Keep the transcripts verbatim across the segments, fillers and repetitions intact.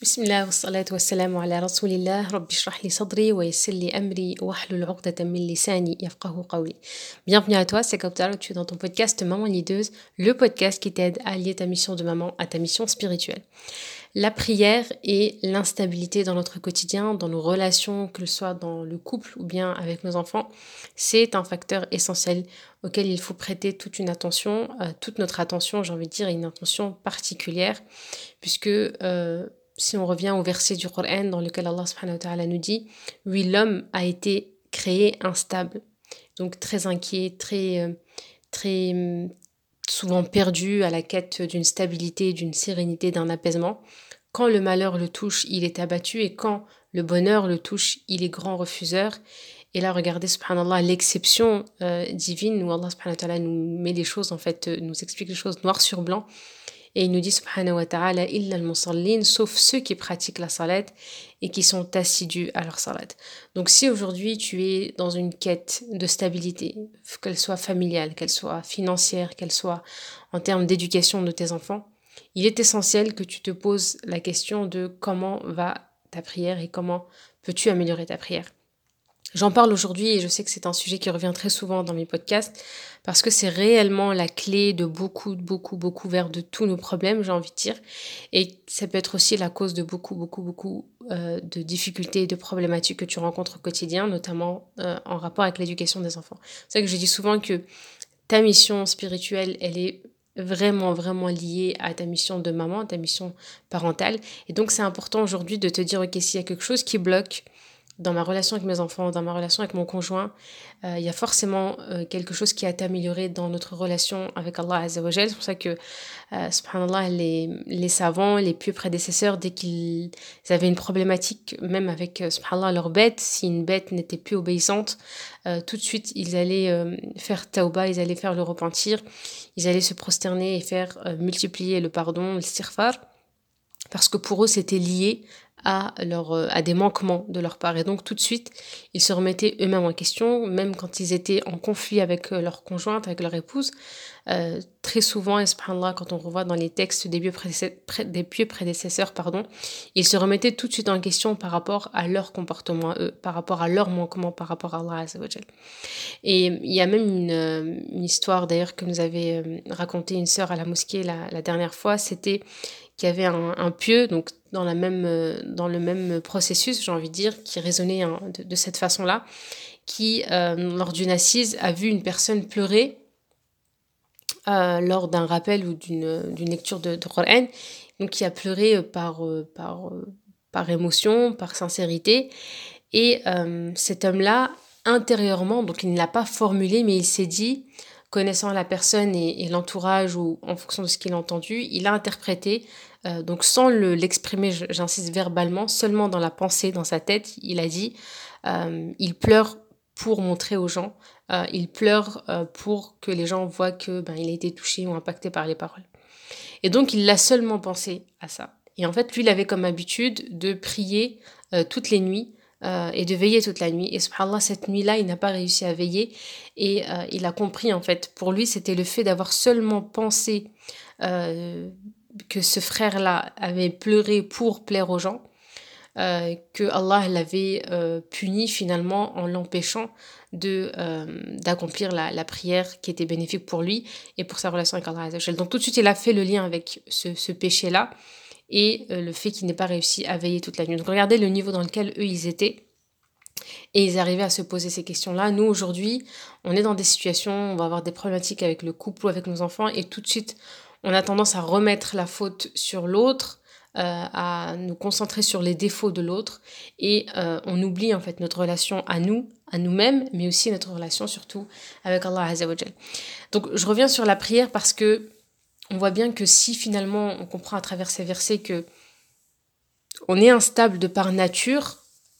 بسم الله والصلاة والسلام على رسول الله رب اشرح لي صدري ويسر لي أمري واحلul عقدة من lisani yafqahu qawli. Bienvenue à toi, c'est Kautaro, tu es dans ton podcast Maman Leaduse, le podcast qui t'aide à allier ta mission de maman à ta mission spirituelle. La prière et l'instabilité dans notre quotidien, dans nos relations, que ce soit dans le couple ou bien avec nos enfants, c'est un facteur essentiel auquel il faut prêter toute une attention, euh, toute notre attention, j'ai envie de dire, et une attention particulière, puisque euh, si on revient au verset du Coran dans lequel Allah subhanahu wa ta'ala nous dit « Oui, l'homme a été créé instable », donc très inquiet, très, euh, très euh, souvent perdu à la quête d'une stabilité, d'une sérénité, d'un apaisement. Quand le malheur le touche, il est abattu, et quand le bonheur le touche, il est grand refuseur. Et là, regardez, subhanallah, l'exception euh, divine où Allah subhanahu wa ta'ala nous met les choses, en fait, euh, nous explique les choses noir sur blanc. Et il nous dit, subhanahu wa ta'ala, illa al-musallin, sauf ceux qui pratiquent la salat et qui sont assidus à leur salat. Donc si aujourd'hui tu es dans une quête de stabilité, qu'elle soit familiale, qu'elle soit financière, qu'elle soit en termes d'éducation de tes enfants, il est essentiel que tu te poses la question de comment va ta prière et comment peux-tu améliorer ta prière. J'en parle aujourd'hui et je sais que c'est un sujet qui revient très souvent dans mes podcasts parce que c'est réellement la clé de beaucoup, beaucoup, beaucoup vers de tous nos problèmes, j'ai envie de dire. Et ça peut être aussi la cause de beaucoup, beaucoup, beaucoup euh, de difficultés et de problématiques que tu rencontres au quotidien, notamment euh, en rapport avec l'éducation des enfants. C'est vrai que je dis souvent que ta mission spirituelle, elle est vraiment, vraiment liée à ta mission de maman, à ta mission parentale. Et donc, c'est important aujourd'hui de te dire, ok, s'il y a quelque chose qui bloque dans ma relation avec mes enfants, dans ma relation avec mon conjoint, euh, il y a forcément euh, quelque chose qui a été amélioré dans notre relation avec Allah Azza wa Jal. C'est pour ça que, euh, subhanallah, les, les savants, les pieux prédécesseurs, dès qu'ils avaient une problématique, même avec, euh, subhanallah, leur bête, si une bête n'était plus obéissante, euh, tout de suite, ils allaient euh, faire tauba, ils allaient faire le repentir, ils allaient se prosterner et faire euh, multiplier le pardon, le istighfar, parce que pour eux, c'était lié à, leur, à des manquements de leur part. Et donc tout de suite, ils se remettaient eux-mêmes en question, même quand ils étaient en conflit avec leur conjointe, avec leur épouse. Euh, très souvent, et subhanallah, quand on revoit dans les textes des pieux prédécesseurs, des pieux prédécesseurs pardon, ils se remettaient tout de suite en question par rapport à leur comportement à eux, par rapport à leur manquement, par rapport à Allah Azza wa Jal. Et il y a même une, une histoire d'ailleurs que nous avait raconté une sœur à la mosquée la, la dernière fois, c'était qu'il y avait un, un pieux, donc dans, la même, dans le même processus, j'ai envie de dire, qui raisonnait hein, de, de cette façon-là, qui, euh, lors d'une assise, a vu une personne pleurer euh, lors d'un rappel ou d'une, d'une lecture de, de Coran, donc qui a pleuré par, par, par émotion, par sincérité, et euh, cet homme-là, intérieurement, donc il ne l'a pas formulé, mais il s'est dit, connaissant la personne et, et l'entourage ou en fonction de ce qu'il a entendu, il a interprété, euh, donc sans le, l'exprimer, j'insiste verbalement, seulement dans la pensée, dans sa tête, il a dit, euh, il pleure pour montrer aux gens, euh, il pleure euh, pour que les gens voient que ben, il a été touché ou impacté par les paroles. Et donc il l'a seulement pensé à ça. Et en fait, lui, il avait comme habitude de prier euh, toutes les nuits, Euh, et de veiller toute la nuit. Et subhanallah, cette nuit-là, il n'a pas réussi à veiller et euh, il a compris en fait. Pour lui, c'était le fait d'avoir seulement pensé euh, que ce frère-là avait pleuré pour plaire aux gens, euh, que Allah l'avait euh, puni finalement en l'empêchant de, euh, d'accomplir la, la prière qui était bénéfique pour lui et pour sa relation avec Allah. Donc tout de suite, il a fait le lien avec ce, ce péché-là et euh, le fait qu'il n'ait pas réussi à veiller toute la nuit. Donc regardez le niveau dans lequel eux ils étaient et ils arrivaient à se poser ces questions-là. Nous aujourd'hui, on est dans des situations, on va avoir des problématiques avec le couple ou avec nos enfants et tout de suite, on a tendance à remettre la faute sur l'autre, euh, à nous concentrer sur les défauts de l'autre et euh, on oublie en fait notre relation à nous, à nous-mêmes, mais aussi notre relation surtout avec Allah Azza wa Jal. Donc je reviens sur la prière parce que on voit bien que si finalement on comprend à travers ces versets que on est instable de par nature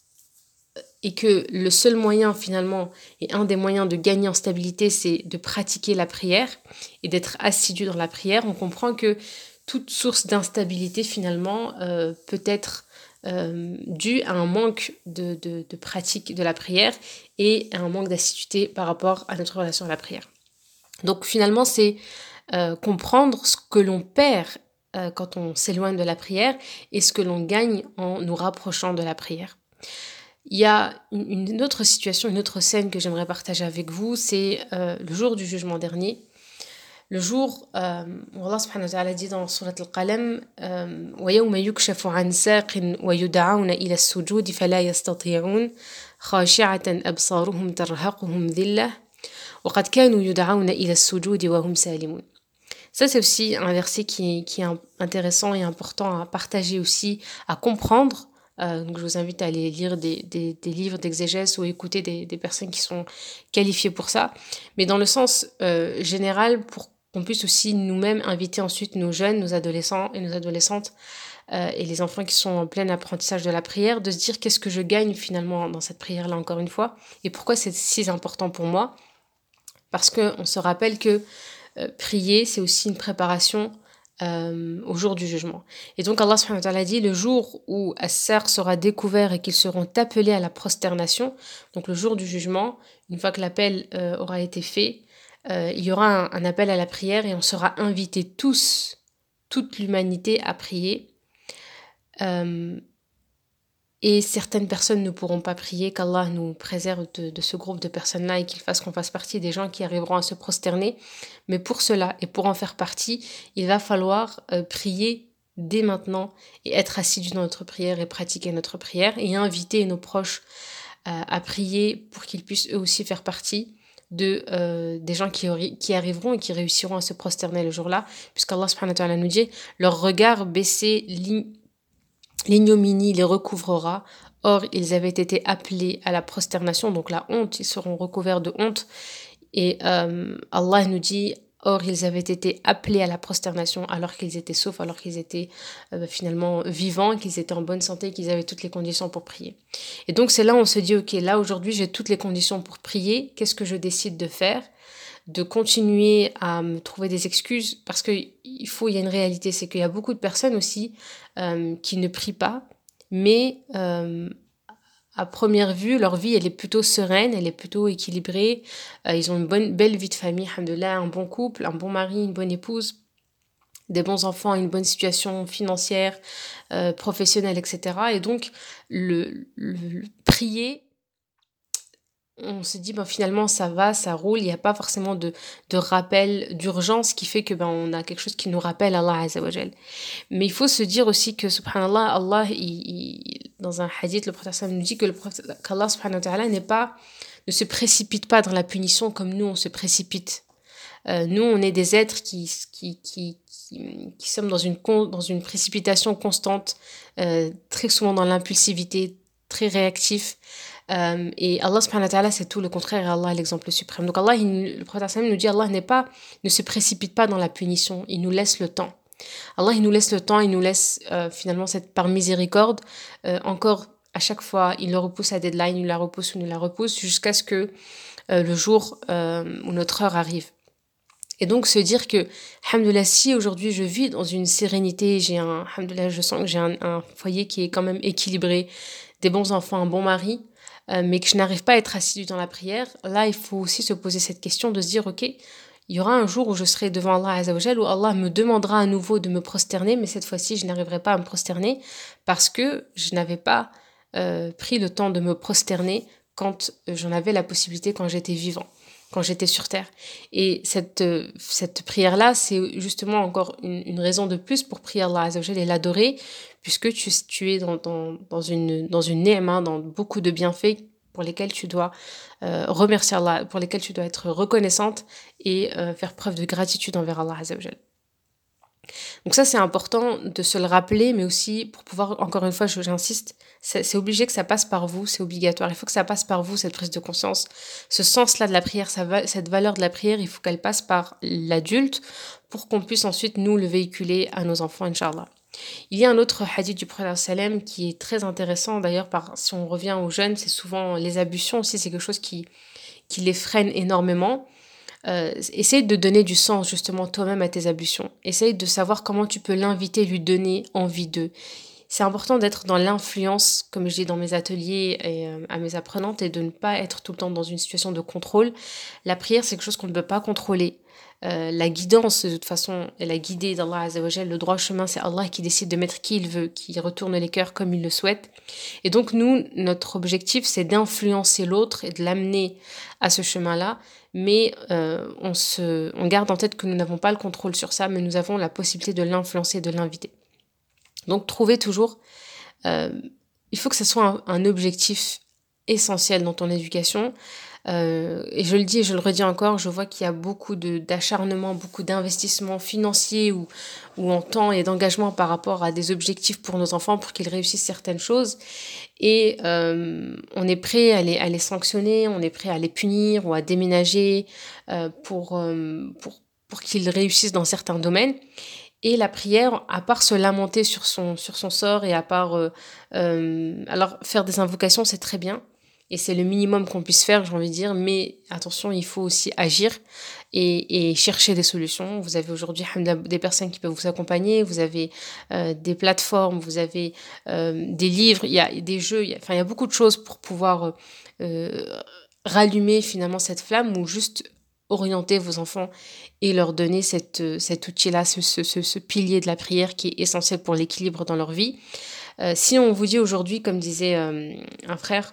et que le seul moyen finalement et un des moyens de gagner en stabilité, c'est de pratiquer la prière et d'être assidu dans la prière, on comprend que toute source d'instabilité finalement euh, peut être euh, due à un manque de, de, de pratique de la prière et à un manque d'assiduité par rapport à notre relation à la prière. Donc finalement c'est Euh, comprendre ce que l'on perd euh, quand on s'éloigne de la prière et ce que l'on gagne en nous rapprochant de la prière. Il y a une, une autre situation, une autre scène que j'aimerais partager avec vous, c'est euh, le jour du jugement dernier. Le jour euh, où Allah subhanahu wa ta'ala dit dans Surat Al-Qalam euh, وَيَوْمَ يُكْشَفُ عَنْ سَاقٍ وَيُدْعَوْنَ إِلَى السُّجُودِ فَلَا يَسْتَطِيعُونَ خَاشِعَةً أَبْصَارُهُمْ تَرْهَقُهُمْ ذِلَّةٌ وَقَدْ كَانُوا يُدْعَوْنَ إِلَى السُّجُودِ وَهُمْ سَالِمُونَ. Ça, c'est aussi un verset qui, qui est intéressant et important à partager aussi, à comprendre. Euh, donc je vous invite à aller lire des, des, des livres d'exégèse ou écouter des, des personnes qui sont qualifiées pour ça. Mais dans le sens euh, général, pour qu'on puisse aussi nous-mêmes inviter ensuite nos jeunes, nos adolescents et nos adolescentes euh, et les enfants qui sont en plein apprentissage de la prière, de se dire qu'est-ce que je gagne finalement dans cette prière-là encore une fois et pourquoi c'est si important pour moi. Parce qu'on se rappelle que euh, prier, c'est aussi une préparation Euh, au jour du jugement. Et donc Allah subhanahu wa ta'ala dit le jour où As-Sar sera découvert et qu'ils seront appelés à la prosternation, donc le jour du jugement, une fois que l'appel euh, aura été fait, euh, il y aura un, un appel à la prière et on sera invités tous, toute l'humanité à prier. Euh, Et certaines personnes ne pourront pas prier, qu'Allah nous préserve de, de ce groupe de personnes-là et qu'il fasse qu'on fasse partie des gens qui arriveront à se prosterner. Mais pour cela, et pour en faire partie, il va falloir euh, prier dès maintenant et être assidus dans notre prière et pratiquer notre prière et inviter nos proches euh, à prier pour qu'ils puissent eux aussi faire partie de, euh, des gens qui, qui arriveront et qui réussiront à se prosterner le jour-là, puisqu'Allah subhanahu wa ta'ala nous dit « Leur regard baissé, l'ignominie les recouvrera. Or, ils avaient été appelés à la prosternation, donc la honte, ils seront recouverts de honte. Et euh, Allah nous dit, or, ils avaient été appelés à la prosternation alors qu'ils étaient saufs, alors qu'ils étaient euh, finalement vivants, qu'ils étaient en bonne santé, qu'ils avaient toutes les conditions pour prier. Et donc, c'est là où on se dit, ok, là, aujourd'hui, j'ai toutes les conditions pour prier. Qu'est-ce que je décide de faire ? De continuer à me trouver des excuses, parce qu'il faut, il y a une réalité, c'est qu'il y a beaucoup de personnes aussi euh, qui ne prient pas, mais euh, à première vue, leur vie, elle est plutôt sereine, elle est plutôt équilibrée, euh, ils ont une bonne, belle vie de famille, alhamdoulilah, un bon couple, un bon mari, une bonne épouse, des bons enfants, une bonne situation financière, euh, professionnelle, et cetera. Et donc, le, le, le prier, on se dit ben finalement ça va, ça roule, il n'y a pas forcément de, de rappel d'urgence qui fait que ben on a quelque chose qui nous rappelle Allah Azza wa Jal. Mais il faut se dire aussi que subhanallah, Allah il, il, dans un hadith le prophète nous dit que le prophète, qu'Allah subhanahu wa ta'ala n'est pas, ne se précipite pas dans la punition comme nous on se précipite. Euh, nous on est des êtres qui qui qui qui, qui sommes dans une dans une précipitation constante, euh, très souvent dans l'impulsivité, très réactif. Euh, et Allah subhanahu wa ta'ala c'est tout le contraire, Allah est l'exemple suprême. Donc Allah, il, le prophète nous dit, Allah n'est pas, ne se précipite pas dans la punition, il nous laisse le temps. Allah il nous laisse le temps, il nous laisse euh, finalement cette, par miséricorde, euh, encore à chaque fois il nous repousse à deadline, il nous la repousse ou nous la repousse jusqu'à ce que euh, le jour euh, où notre heure arrive. Et donc se dire que, alhamdoulilah, si aujourd'hui je vis dans une sérénité, j'ai un, alhamdoulilah, je sens que j'ai un, un foyer qui est quand même équilibré, des bons enfants, un bon mari, euh, mais que je n'arrive pas à être assidue dans la prière, là il faut aussi se poser cette question de se dire, ok, il y aura un jour où je serai devant Allah Azza wa Jal, où Allah me demandera à nouveau de me prosterner, mais cette fois-ci je n'arriverai pas à me prosterner parce que je n'avais pas euh, pris le temps de me prosterner quand j'en avais la possibilité, quand j'étais vivant, quand j'étais sur terre. Et cette, euh, cette prière-là, c'est justement encore une, une raison de plus pour prier Allah Azza wa Jal et l'adorer, puisque tu, tu es dans, dans, dans une, dans une ni'ma, dans beaucoup de bienfaits pour lesquels tu dois euh, remercier Allah, pour lesquels tu dois être reconnaissante et euh, faire preuve de gratitude envers Allah Azza wa Jal. Donc ça, c'est important de se le rappeler, mais aussi pour pouvoir, encore une fois, j'insiste, c'est, c'est obligé que ça passe par vous, c'est obligatoire. Il faut que ça passe par vous, cette prise de conscience. Ce sens-là de la prière, ça, cette valeur de la prière, il faut qu'elle passe par l'adulte pour qu'on puisse ensuite, nous, le véhiculer à nos enfants, Inch'Allah. Il y a un autre hadith du prophète sallam qui est très intéressant, d'ailleurs, par, si on revient aux jeunes, c'est souvent les ablutions aussi, c'est quelque chose qui, qui les freine énormément. Euh, essaye de donner du sens justement toi-même à tes ablutions. Essaye de savoir comment tu peux l'inviter, lui donner envie d'eux. c'est important d'être dans l'influence, comme je dis dans mes ateliers et euh, à mes apprenantes, et de ne pas être tout le temps dans une situation de contrôle. La prière, c'est quelque chose qu'on ne peut pas contrôler. Euh, la guidance, de toute façon, et la guidée d'Allah Azza wa Jal, le droit chemin, c'est Allah qui décide de mettre qui il veut, qui retourne les cœurs comme il le souhaite. Et donc nous, notre objectif, c'est d'influencer l'autre et de l'amener à ce chemin-là, mais euh, on, se, on garde en tête que nous n'avons pas le contrôle sur ça, mais nous avons la possibilité de l'influencer, de l'inviter. Donc trouver toujours, euh, il faut que ce soit un, un objectif essentiel dans ton éducation. Euh, et je le dis et je le redis encore, je vois qu'il y a beaucoup de, d'acharnement, beaucoup d'investissements financiers ou, ou en temps et d'engagement par rapport à des objectifs pour nos enfants pour qu'ils réussissent certaines choses. Et euh, on est prêt à les, à les sanctionner, on est prêt à les punir ou à déménager euh, pour, euh, pour, pour qu'ils réussissent dans certains domaines. Et la prière, à part se lamenter sur son, sur son sort et à part... Euh, euh, alors, faire des invocations, c'est très bien. Et c'est le minimum qu'on puisse faire, j'ai envie de dire. Mais attention, il faut aussi agir et, et chercher des solutions. Vous avez aujourd'hui des personnes qui peuvent vous accompagner. Vous avez euh, des plateformes, vous avez euh, des livres, il y a des jeux. Il y a, enfin, il y a beaucoup de choses pour pouvoir euh, rallumer finalement cette flamme ou juste orienter vos enfants et leur donner cette, cet outil-là, ce, ce, ce, ce pilier de la prière qui est essentiel pour l'équilibre dans leur vie. Euh, si on vous dit aujourd'hui, comme disait euh, un frère,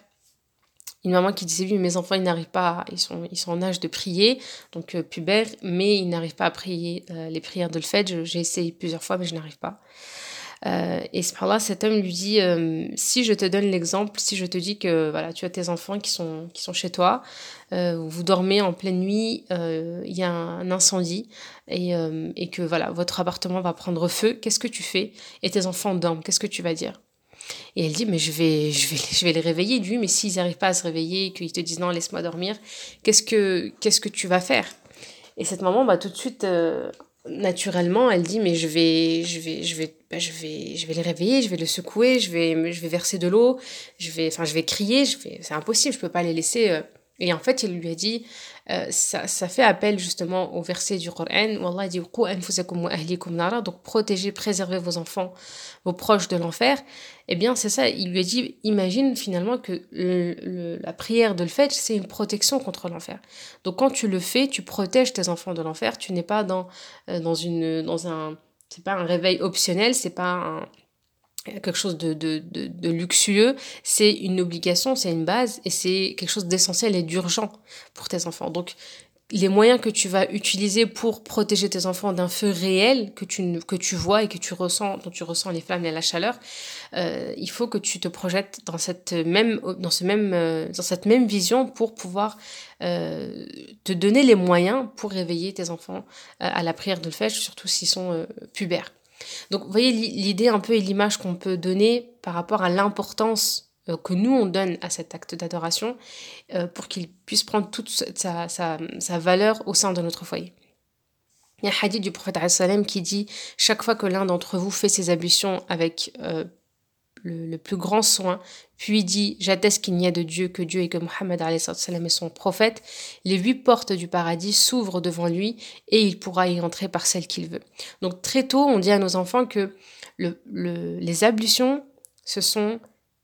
une maman qui disait, oui, mes enfants, ils n'arrivent pas, à, ils, sont, ils sont en âge de prier, donc euh, pubères, mais ils n'arrivent pas à prier euh, les prières de le fait. J'ai essayé plusieurs fois, mais je n'arrive pas. Euh, et subhanallah, cet homme lui dit, euh, si je te donne l'exemple, si je te dis que voilà, tu as tes enfants qui sont, qui sont chez toi, euh, vous dormez en pleine nuit, euh, il y a un incendie et, euh, et que voilà, votre appartement va prendre feu, qu'est-ce que tu fais? Et tes enfants dorment, qu'est-ce que tu vas dire? Et elle dit, mais je vais, je vais, je vais les réveiller. Lui, mais s'ils n'arrivent pas à se réveiller, qu'ils te disent non, laisse-moi dormir, qu'est-ce que, qu'est-ce que tu vas faire? Et cette maman, bah, tout de suite, euh, naturellement, elle dit, mais je vais, je vais, je vais, bah, je vais, je vais les réveiller, je vais les secouer, je vais, je vais verser de l'eau, je vais, enfin, je vais crier, je vais, c'est impossible, je peux pas les laisser. Euh. Et en fait, il lui a dit, euh, ça, ça fait appel justement au verset du Coran où Allah dit, Qu anfusakum wa ahlikum nara, donc protégez, préservez vos enfants, vos proches de l'enfer. Eh bien, c'est ça, il lui a dit, imagine finalement que le, le, la prière de le fait, c'est une protection contre l'enfer. Donc quand tu le fais, tu protèges tes enfants de l'enfer, tu n'es pas dans, euh, dans, une, dans un, c'est pas un réveil optionnel, c'est pas un, quelque chose de, de, de, de luxueux, c'est une obligation, c'est une base et c'est quelque chose d'essentiel et d'urgent pour tes enfants. Donc, les moyens que tu vas utiliser pour protéger tes enfants d'un feu réel que tu, que tu vois et que tu ressens, dont tu ressens les flammes et la chaleur, euh, il faut que tu te projettes dans cette même, dans ce même, euh, dans cette même vision pour pouvoir euh, te donner les moyens pour réveiller tes enfants euh, à la prière de le Fajr, surtout s'ils sont euh, pubères. Donc, vous voyez l'idée un peu et l'image qu'on peut donner par rapport à l'importance euh, que nous, on donne à cet acte d'adoration euh, pour qu'il puisse prendre toute sa, sa, sa valeur au sein de notre foyer. Il y a un hadith du prophète ﷺ qui dit « Chaque fois que l'un d'entre vous fait ses ablutions avec euh, le, le plus grand soin, puis dit « J'atteste qu'il n'y a de Dieu que Dieu et que Mohammed est son prophète, les huit portes du paradis s'ouvrent devant lui et il pourra y entrer par celle qu'il veut. » Donc très tôt, on dit à nos enfants que le, le, les ablutions, ce sont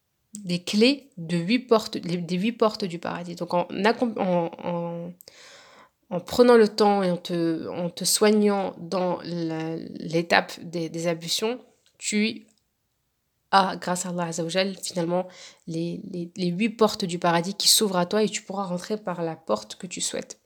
des clés de huit portes, des huit portes du paradis. Donc en, en, en, en prenant le temps et en te, en te soignant dans la, l'étape des, des ablutions, tu as, grâce à Allah Azzawajal, finalement, les, les, les huit portes du paradis qui s'ouvrent à toi et tu pourras rentrer par la porte que tu souhaites.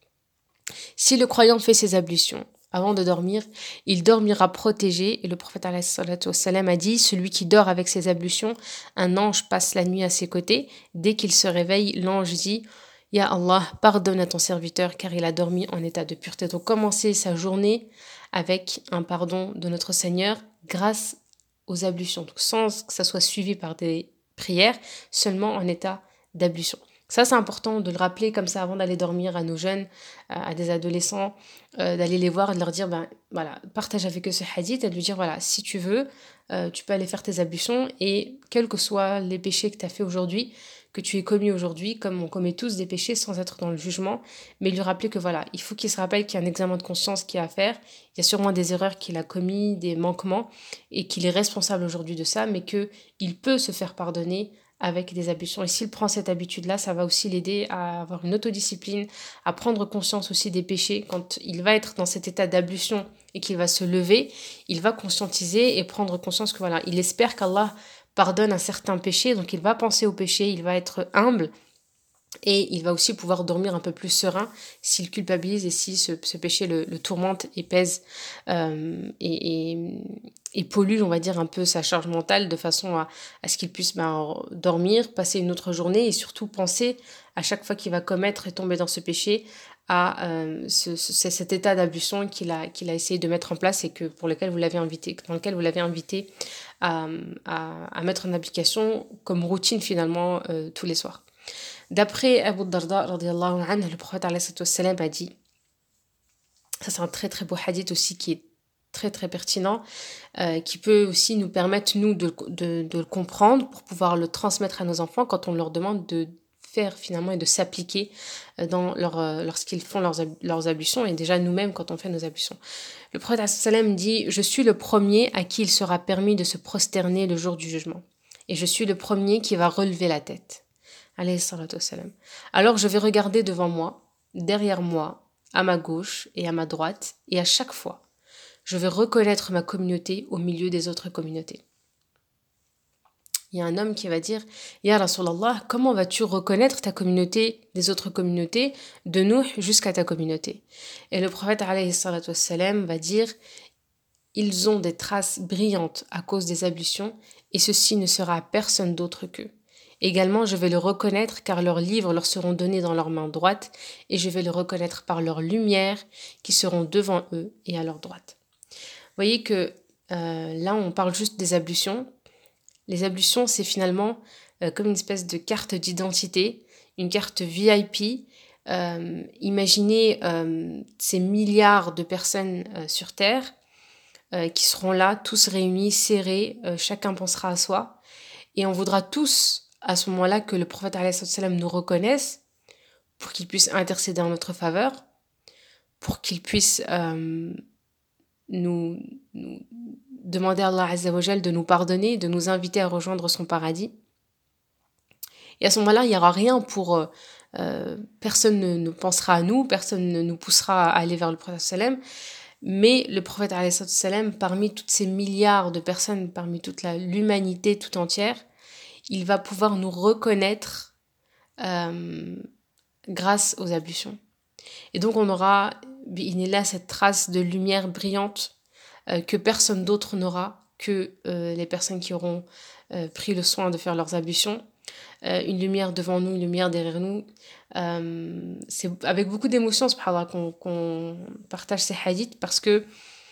Si le croyant fait ses ablutions avant de dormir, il dormira protégé. Et le prophète alayhi salatu wassalam a dit, celui qui dort avec ses ablutions, un ange passe la nuit à ses côtés. Dès qu'il se réveille, l'ange dit, Ya Allah, pardonne à ton serviteur car il a dormi en état de pureté. Donc commencer sa journée avec un pardon de notre Seigneur grâce aux ablutions, donc sans que ça soit suivi par des prières, seulement en état d'ablution. Ça, c'est important de le rappeler comme ça avant d'aller dormir à nos jeunes, à, à des adolescents, euh, d'aller les voir et de leur dire, ben voilà, partage avec eux ce hadith et de lui dire, voilà, si tu veux, euh, tu peux aller faire tes ablutions et quels que soient les péchés que tu as fait aujourd'hui, que tu aies commis aujourd'hui, comme on commet tous des péchés sans être dans le jugement, mais lui rappeler que voilà, il faut qu'il se rappelle qu'il y a un examen de conscience qu'il y a à faire, il y a sûrement des erreurs qu'il a commis, des manquements, et qu'il est responsable aujourd'hui de ça, mais qu'il peut se faire pardonner avec des ablutions. Et s'il prend cette habitude-là, ça va aussi l'aider à avoir une autodiscipline, à prendre conscience aussi des péchés. Quand il va être dans cet état d'ablution et qu'il va se lever, il va conscientiser et prendre conscience que voilà, il espère qu'Allah pardonne un certain péché, donc il va penser au péché, il va être humble et il va aussi pouvoir dormir un peu plus serein s'il culpabilise et si ce, ce péché le, le tourmente et pèse euh, et, et, et pollue, on va dire, un peu sa charge mentale de façon à, à ce qu'il puisse ben, dormir, passer une autre journée et surtout penser à chaque fois qu'il va commettre et tomber dans ce péché à euh, ce, ce, cet état d'ablution qu'il a, qu'il a essayé de mettre en place et que, pour lequel vous l'avez invité, dans lequel vous l'avez invité à, à, à mettre en application comme routine finalement euh, tous les soirs. D'après Abu Darda, radiallahu anhu, le prophète salam a dit, ça c'est un très très beau hadith aussi qui est très très pertinent, euh, qui peut aussi nous permettre nous de, de, de le comprendre pour pouvoir le transmettre à nos enfants quand on leur demande de faire finalement et de s'appliquer dans leur, euh, lorsqu'ils font leurs, leurs ablutions et déjà nous-mêmes quand on fait nos ablutions. Le prophète salam dit, je suis le premier à qui il sera permis de se prosterner le jour du jugement et je suis le premier qui va relever la tête. Alayhi salatu wassalam. Alors je vais regarder devant moi, derrière moi, à ma gauche et à ma droite, et à chaque fois, je vais reconnaître ma communauté au milieu des autres communautés. Il y a un homme qui va dire, Ya Rasulallah, comment vas-tu reconnaître ta communauté des autres communautés, de Nuh jusqu'à ta communauté? Et le prophète alayhi salatu wassalam va dire, ils ont des traces brillantes à cause des ablutions, et ceci ne sera à personne d'autre qu'eux. Également, je vais le reconnaître car leurs livres leur seront donnés dans leur main droite et je vais le reconnaître par leurs lumières qui seront devant eux et à leur droite. Vous voyez que euh, là, on parle juste des ablutions. Les ablutions, c'est finalement euh, comme une espèce de carte d'identité, une carte V I P. Euh, imaginez euh, ces milliards de personnes euh, sur Terre euh, qui seront là, tous réunis, serrés, euh, chacun pensera à soi et on voudra tous à ce moment-là que le prophète alayhi salam nous reconnaisse pour qu'il puisse intercéder en notre faveur, pour qu'il puisse euh, nous, nous demander à Allah Azza wa Jal de nous pardonner, de nous inviter à rejoindre son paradis. Et à ce moment-là, il n'y aura rien pour... Euh, euh, personne ne, ne pensera à nous, personne ne nous poussera à aller vers le prophète salam. Mais le prophète alayhi salam, parmi toutes ces milliards de personnes, parmi toute la, l'humanité tout entière, il va pouvoir nous reconnaître euh, grâce aux ablutions. Et donc on aura, il est là cette trace de lumière brillante euh, que personne d'autre n'aura que euh, les personnes qui auront euh, pris le soin de faire leurs ablutions. Euh, une lumière devant nous, une lumière derrière nous. Euh, c'est avec beaucoup d'émotion, subhanallah, qu'on, qu'on partage ces hadiths parce que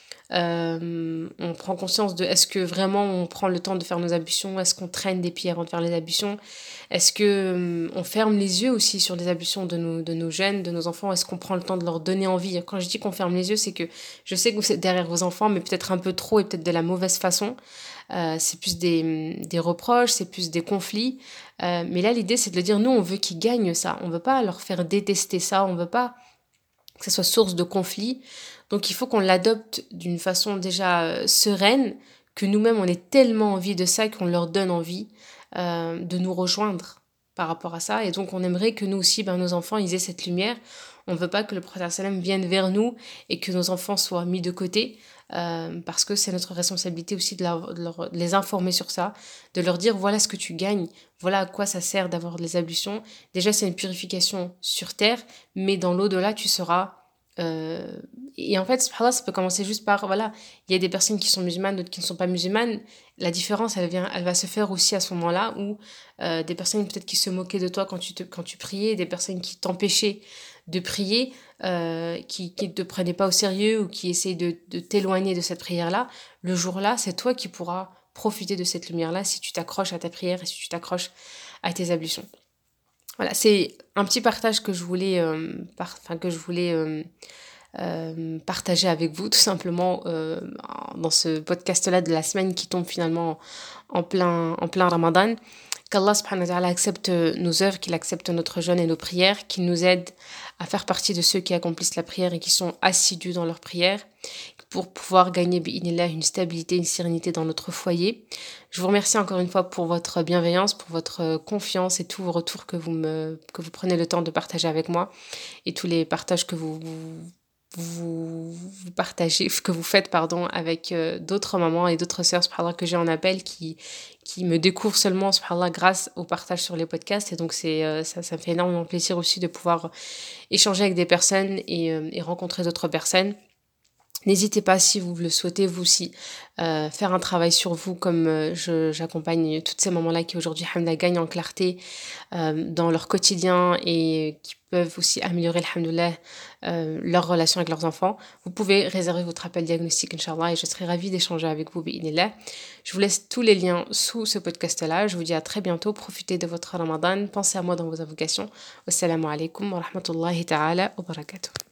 Euh, on prend conscience de est-ce que vraiment on prend le temps de faire nos ablutions, est-ce qu'on traîne des pieds avant de faire les ablutions, est-ce que euh, on ferme les yeux aussi sur les ablutions de nos, de nos jeunes, de nos enfants, est-ce qu'on prend le temps de leur donner envie. Quand je dis qu'on ferme les yeux, c'est que je sais que vous êtes derrière vos enfants, mais peut-être un peu trop et peut-être de la mauvaise façon. Euh, c'est plus des, des reproches, c'est plus des conflits. Euh, mais là, l'idée, c'est de le dire, nous, on veut qu'ils gagnent ça. On veut pas leur faire détester ça, on veut pas que ça soit source de conflit. Donc il faut qu'on l'adopte d'une façon déjà euh, sereine, que nous-mêmes on ait tellement envie de ça qu'on leur donne envie euh, de nous rejoindre par rapport à ça. Et donc on aimerait que nous aussi, ben, nos enfants, ils aient cette lumière. On ne veut pas que le prophète sallam vienne vers nous et que nos enfants soient mis de côté, euh, parce que c'est notre responsabilité aussi de, leur, de, leur, de les informer sur ça, de leur dire voilà ce que tu gagnes, voilà à quoi ça sert d'avoir les ablutions. Déjà c'est une purification sur terre, mais dans l'au-delà tu seras... Euh, et en fait, subhanallah, ça peut commencer juste par, voilà, il y a des personnes qui sont musulmanes, d'autres qui ne sont pas musulmanes. La différence, elle, vient, elle va se faire aussi à ce moment-là où euh, des personnes peut-être qui se moquaient de toi quand tu, te, quand tu priais, des personnes qui t'empêchaient de prier, euh, qui ne te prenaient pas au sérieux ou qui essaient de, de t'éloigner de cette prière-là. Le jour-là, c'est toi qui pourras profiter de cette lumière-là si tu t'accroches à ta prière et si tu t'accroches à tes ablutions. Voilà, c'est un petit partage que je voulais, euh, par- enfin, que je voulais euh, euh, partager avec vous, tout simplement, euh, dans ce podcast-là de la semaine qui tombe finalement en plein, en plein Ramadan. Qu'Allah subhanahu wa ta'ala accepte nos œuvres, qu'il accepte notre jeûne et nos prières, qu'il nous aide à faire partie de ceux qui accomplissent la prière et qui sont assidus dans leur prière pour pouvoir gagner bi'inillah, une stabilité, une sérénité dans notre foyer. Je vous remercie encore une fois pour votre bienveillance, pour votre confiance et tous vos retours que vous, me, que vous prenez le temps de partager avec moi et tous les partages que vous, vous, vous partagez, que vous faites pardon, avec euh, d'autres mamans et d'autres sœurs subhanallah, que j'ai en appel qui, qui me découvrent seulement subhanallah, grâce au partage sur les podcasts. Et donc c'est, euh, ça, ça me fait énormément plaisir aussi de pouvoir échanger avec des personnes et, euh, et rencontrer d'autres personnes. N'hésitez pas, si vous le souhaitez, vous aussi, euh, faire un travail sur vous, comme euh, je, j'accompagne toutes ces mamans-là qui aujourd'hui, alhamdoulilah, gagnent en clarté euh, dans leur quotidien et qui peuvent aussi améliorer, alhamdoulilah, euh, leur relation avec leurs enfants. Vous pouvez réserver votre appel diagnostic, Inch'Allah, et je serai ravie d'échanger avec vous, bi'inillah. Je vous laisse tous les liens sous ce podcast-là. Je vous dis à très bientôt. Profitez de votre Ramadan. Pensez à moi dans vos invocations. Wassalamu alaikum wa rahmatullahi ta'ala wa barakatuh.